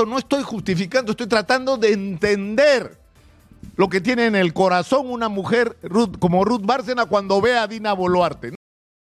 insisto, no estoy justificando, estoy tratando de entender lo que tiene en el corazón una mujer como Ruth Bárcena cuando ve a Dina Boluarte.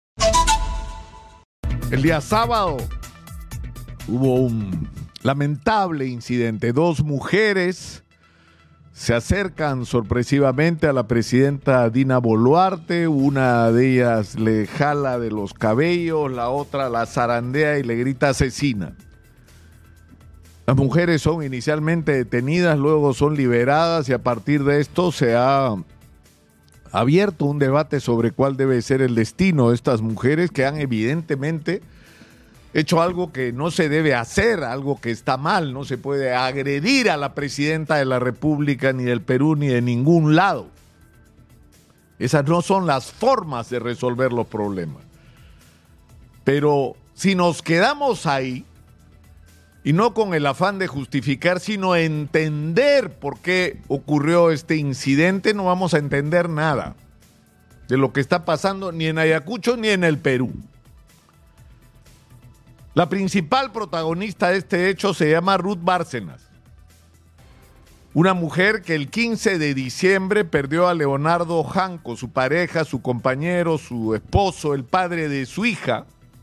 El día sábado hubo un lamentable incidente. 2 mujeres se acercan sorpresivamente a la presidenta Dina Boluarte. Una de ellas le jala de los cabellos, la otra la zarandea y le grita asesina. Las mujeres son inicialmente detenidas, luego son liberadas y a partir de esto se ha abierto un debate sobre cuál debe ser el destino de estas mujeres que han evidentemente hecho algo que no se debe hacer, algo que está mal. No se puede agredir a la presidenta de la República, ni del Perú, ni de ningún lado. Esas no son las formas de resolver los problemas. Pero si nos quedamos ahí, y no con el afán de justificar, sino entender por qué ocurrió este incidente, no vamos a entender nada de lo que está pasando ni en Ayacucho ni en el Perú. La principal protagonista de este hecho se llama Ruth Bárcenas, una mujer que el 15 de diciembre perdió a Leonardo Janco, su pareja, su compañero, su esposo, el padre de su hija,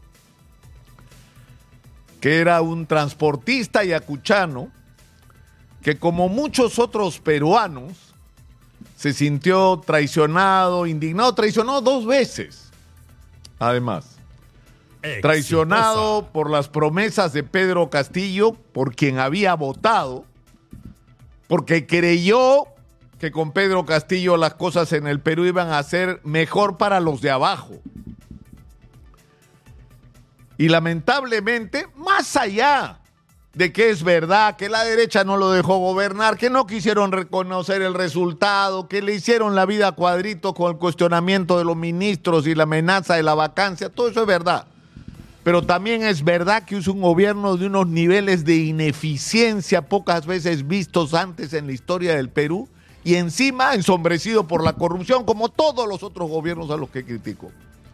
que era un transportista ayacuchano, que como muchos otros peruanos, se sintió traicionado, indignado, traicionado 2 veces, además. Traicionado por las promesas de Pedro Castillo, por quien había votado, porque creyó que con Pedro Castillo las cosas en el Perú iban a ser mejor para los de abajo. Y lamentablemente, más allá de que es verdad que la derecha no lo dejó gobernar, que no quisieron reconocer el resultado, que le hicieron la vida a cuadritos con el cuestionamiento de los ministros y la amenaza de la vacancia, todo eso es verdad. Pero también es verdad que es un gobierno de unos niveles de ineficiencia pocas veces vistos antes en la historia del Perú y encima ensombrecido por la corrupción, como todos los otros gobiernos a los que critico.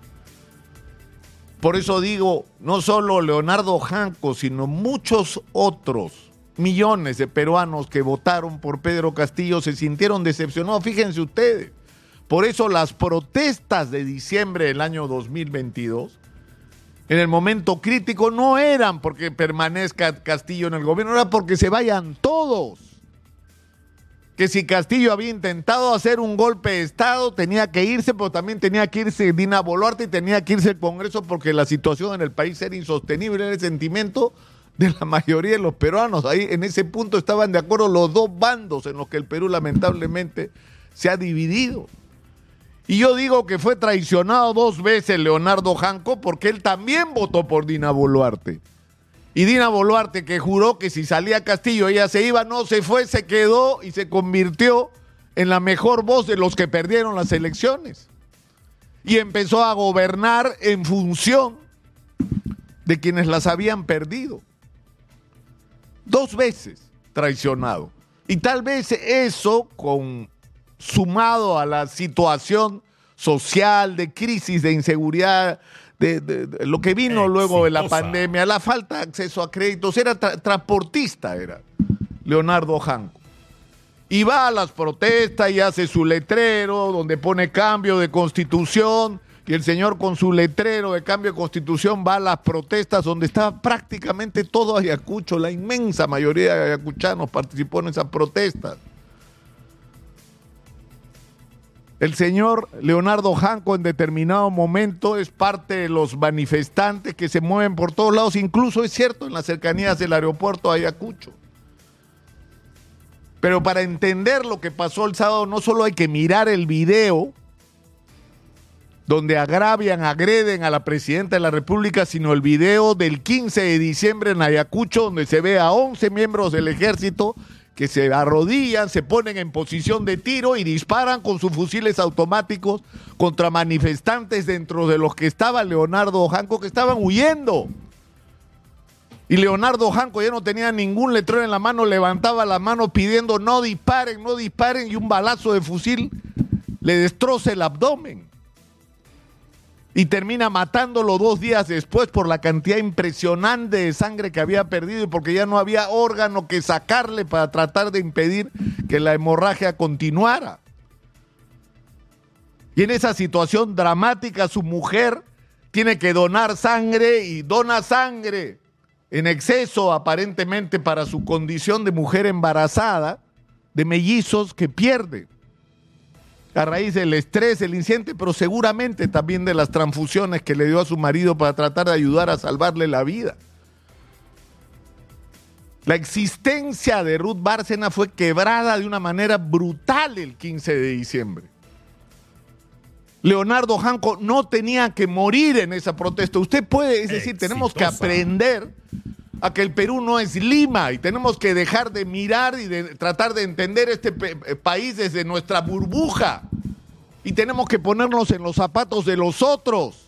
Por eso digo, no solo Leonardo Janco, sino muchos otros millones de peruanos que votaron por Pedro Castillo se sintieron decepcionados. Fíjense ustedes, por eso las protestas de diciembre del año 2022, en el momento crítico, no eran porque permanezca Castillo en el gobierno, era porque se vayan todos. Que si Castillo había intentado hacer un golpe de Estado, tenía que irse, pero también tenía que irse Dina Boluarte y tenía que irse el Congreso porque la situación en el país era insostenible, era el sentimiento de la mayoría de los peruanos. Ahí en ese punto estaban de acuerdo los 2 bandos en los que el Perú lamentablemente se ha dividido. Y yo digo que fue traicionado 2 veces Leonardo Janco porque él también votó por Dina Boluarte. Y Dina Boluarte, que juró que si salía Castillo ella se iba, no se fue, se quedó y se convirtió en la mejor voz de los que perdieron las elecciones. Y empezó a gobernar en función de quienes las habían perdido. 2 veces traicionado. Y tal vez eso, sumado a la situación social, de crisis, de inseguridad, de lo que vino luego de la pandemia, la falta de acceso a créditos, era transportista, era Leonardo Janco. Y va a las protestas y hace su letrero donde pone cambio de constitución, y el señor con su letrero de cambio de constitución va a las protestas donde estaba prácticamente todo Ayacucho, la inmensa mayoría de ayacuchanos participó en esas protestas. El señor Leonardo Janco en determinado momento es parte de los manifestantes que se mueven por todos lados, incluso es cierto en las cercanías del aeropuerto de Ayacucho. Pero para entender lo que pasó el sábado no solo hay que mirar el video donde agreden a la presidenta de la República, sino el video del 15 de diciembre en Ayacucho donde se ve a 11 miembros del ejército que se arrodillan, se ponen en posición de tiro y disparan con sus fusiles automáticos contra manifestantes dentro de los que estaba Leonardo Janco, que estaban huyendo. Y Leonardo Janco ya no tenía ningún letrero en la mano, levantaba la mano pidiendo no disparen, y un balazo de fusil le destroza el abdomen. y termina matándolo 2 días después por la cantidad impresionante de sangre que había perdido y porque ya no había órgano que sacarle para tratar de impedir que la hemorragia continuara. Y en esa situación dramática su mujer tiene que donar sangre y dona sangre en exceso aparentemente para su condición de mujer embarazada, de mellizos que pierde a raíz del estrés, el incidente, pero seguramente también de las transfusiones que le dio a su marido para tratar de ayudar a salvarle la vida. La existencia de Ruth Bárcena fue quebrada de una manera brutal el 15 de diciembre. Leonardo Janco no tenía que morir en esa protesta. Usted puede, es decir, tenemos que aprender a que el Perú no es Lima y tenemos que dejar de mirar y de tratar de entender este país desde nuestra burbuja y tenemos que ponernos en los zapatos de los otros,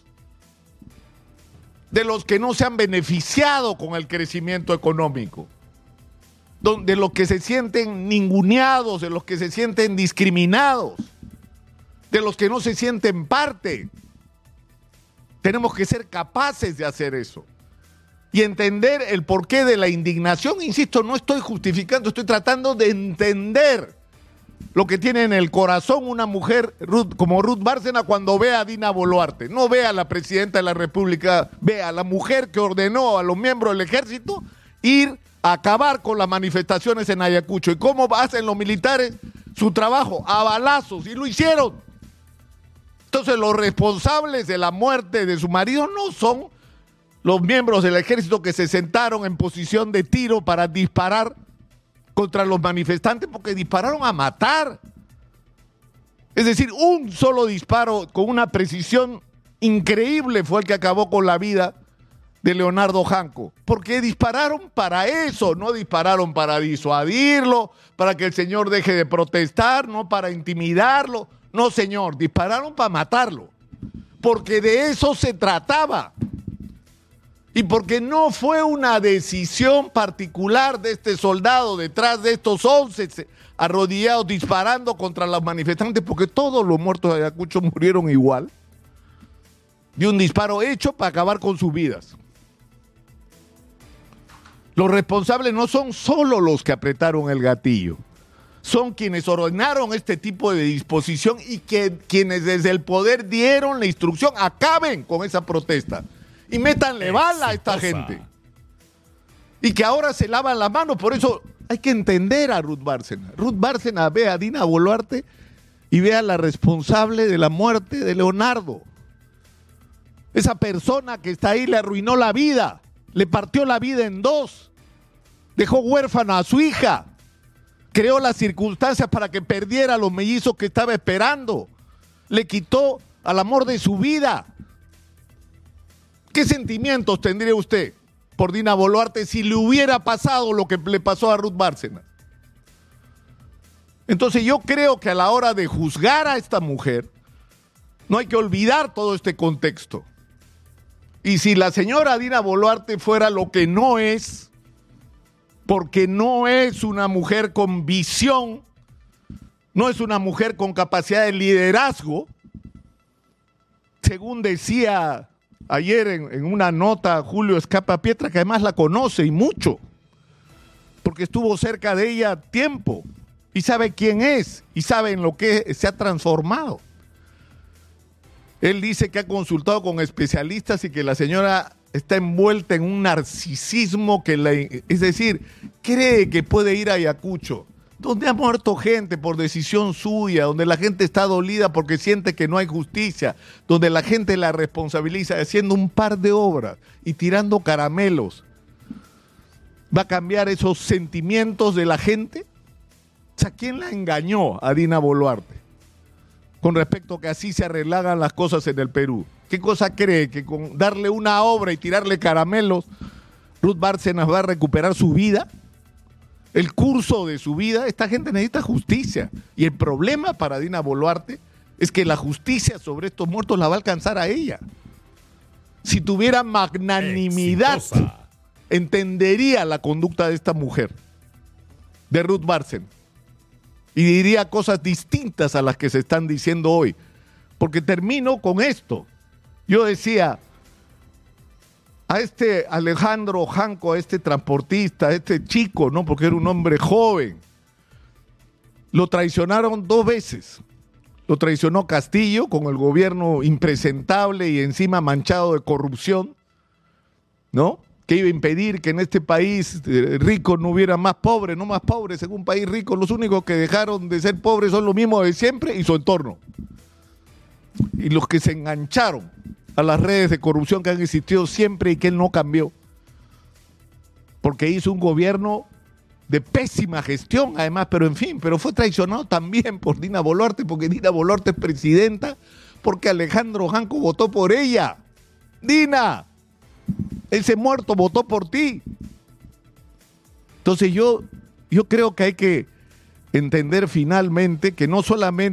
de los que no se han beneficiado con el crecimiento económico, de los que se sienten ninguneados, de los que se sienten discriminados, de los que no se sienten parte. Tenemos que ser capaces de hacer eso y entender el porqué de la indignación. Insisto, no estoy justificando, estoy tratando de entender lo que tiene en el corazón una mujer como Ruth Bárcena cuando ve a Dina Boluarte. No ve a la presidenta de la República, ve a la mujer que ordenó a los miembros del ejército ir a acabar con las manifestaciones en Ayacucho. ¿Y cómo hacen los militares su trabajo? A balazos, y lo hicieron. Entonces los responsables de la muerte de su marido no son los miembros del ejército que se sentaron en posición de tiro para disparar contra los manifestantes, porque dispararon a matar. Es decir, un solo disparo con una precisión increíble fue el que acabó con la vida de Leonardo Janco, porque dispararon para eso, no dispararon para disuadirlo, para que el señor deje de protestar, no para intimidarlo, no señor, dispararon para matarlo, porque de eso se trataba. Y porque no fue una decisión particular de este soldado detrás de estos 11 arrodillados disparando contra los manifestantes, porque todos los muertos de Ayacucho murieron igual, de un disparo hecho para acabar con sus vidas. Los responsables no son solo los que apretaron el gatillo, son quienes ordenaron este tipo de disposición y quienes desde el poder dieron la instrucción: acaben con esa protesta y métanle bala a esta gente. Y que ahora se lavan las manos. Por eso hay que entender a Ruth Bárcena. Ruth Bárcena ve a Dina Boluarte y ve a la responsable de la muerte de Leonardo. Esa persona que está ahí le arruinó la vida, le partió la vida en dos, dejó huérfana a su hija, creó las circunstancias para que perdiera a los mellizos que estaba esperando, le quitó al amor de su vida. ¿Qué sentimientos tendría usted por Dina Boluarte si le hubiera pasado lo que le pasó a Ruth Bárcena? Entonces yo creo que a la hora de juzgar a esta mujer no hay que olvidar todo este contexto. Y si la señora Dina Boluarte fuera lo que no es, porque no es una mujer con visión, no es una mujer con capacidad de liderazgo, según decía ayer en una nota Julio Escapa Pietra, que además la conoce y mucho, porque estuvo cerca de ella tiempo y sabe quién es y sabe en lo que se ha transformado. Él dice que ha consultado con especialistas y que la señora está envuelta en un narcisismo es decir, cree que puede ir a Ayacucho, donde ha muerto gente por decisión suya, donde la gente está dolida porque siente que no hay justicia, donde la gente la responsabiliza haciendo un par de obras y tirando caramelos. ¿Va a cambiar esos sentimientos de la gente? O sea, ¿quién la engañó a Dina Boluarte con respecto a que así se arreglaban las cosas en el Perú? ¿Qué cosa cree? ¿Que con darle una obra y tirarle caramelos Ruth Bárcena va a recuperar su vida? El curso de su vida. Esta gente necesita justicia. Y el problema para Dina Boluarte es que la justicia sobre estos muertos la va a alcanzar a ella. Si tuviera magnanimidad, entendería la conducta de esta mujer, de Ruth Bárcena, y diría cosas distintas a las que se están diciendo hoy. Porque termino con esto. Yo decía, a este Alejandro Janco, a este transportista, a este chico, ¿no? Porque era un hombre joven, lo traicionaron 2 veces. Lo traicionó Castillo con el gobierno impresentable y encima manchado de corrupción, ¿no? Que iba a impedir que en este país rico no hubiera más pobres, no más pobres. En un país rico los únicos que dejaron de ser pobres son los mismos de siempre y su entorno. Y los que se engancharon a las redes de corrupción que han existido siempre y que él no cambió. Porque hizo un gobierno de pésima gestión, además, pero en fin, pero fue traicionado también por Dina Boluarte, porque Dina Boluarte es presidenta, porque Alejandro Janco votó por ella. Dina, ese muerto votó por ti. Entonces yo creo que hay que entender finalmente que no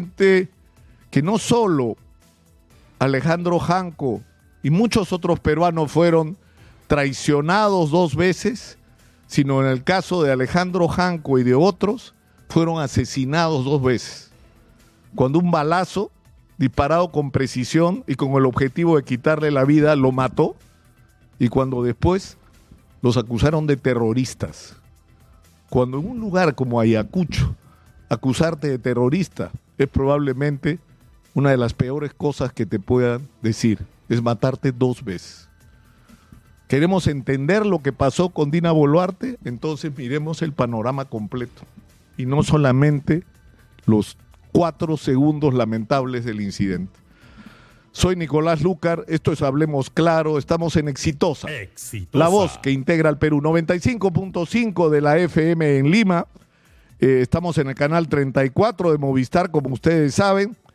solo Alejandro Janco y muchos otros peruanos fueron traicionados 2 veces, sino en el caso de Alejandro Janco y de otros, fueron asesinados 2 veces. Cuando un balazo disparado con precisión y con el objetivo de quitarle la vida lo mató, y cuando después los acusaron de terroristas. Cuando en un lugar como Ayacucho acusarte de terrorista es probablemente una de las peores cosas que te puedan decir, es matarte 2 veces. ¿Queremos entender lo que pasó con Dina Boluarte? Entonces miremos el panorama completo y no solamente los 4 segundos lamentables del incidente. Soy Nicolás Lúcar, esto es Hablemos Claro, estamos en Exitosa, la voz que integra al Perú, 95.5 de la FM en Lima, estamos en el canal 34 de Movistar, como ustedes saben,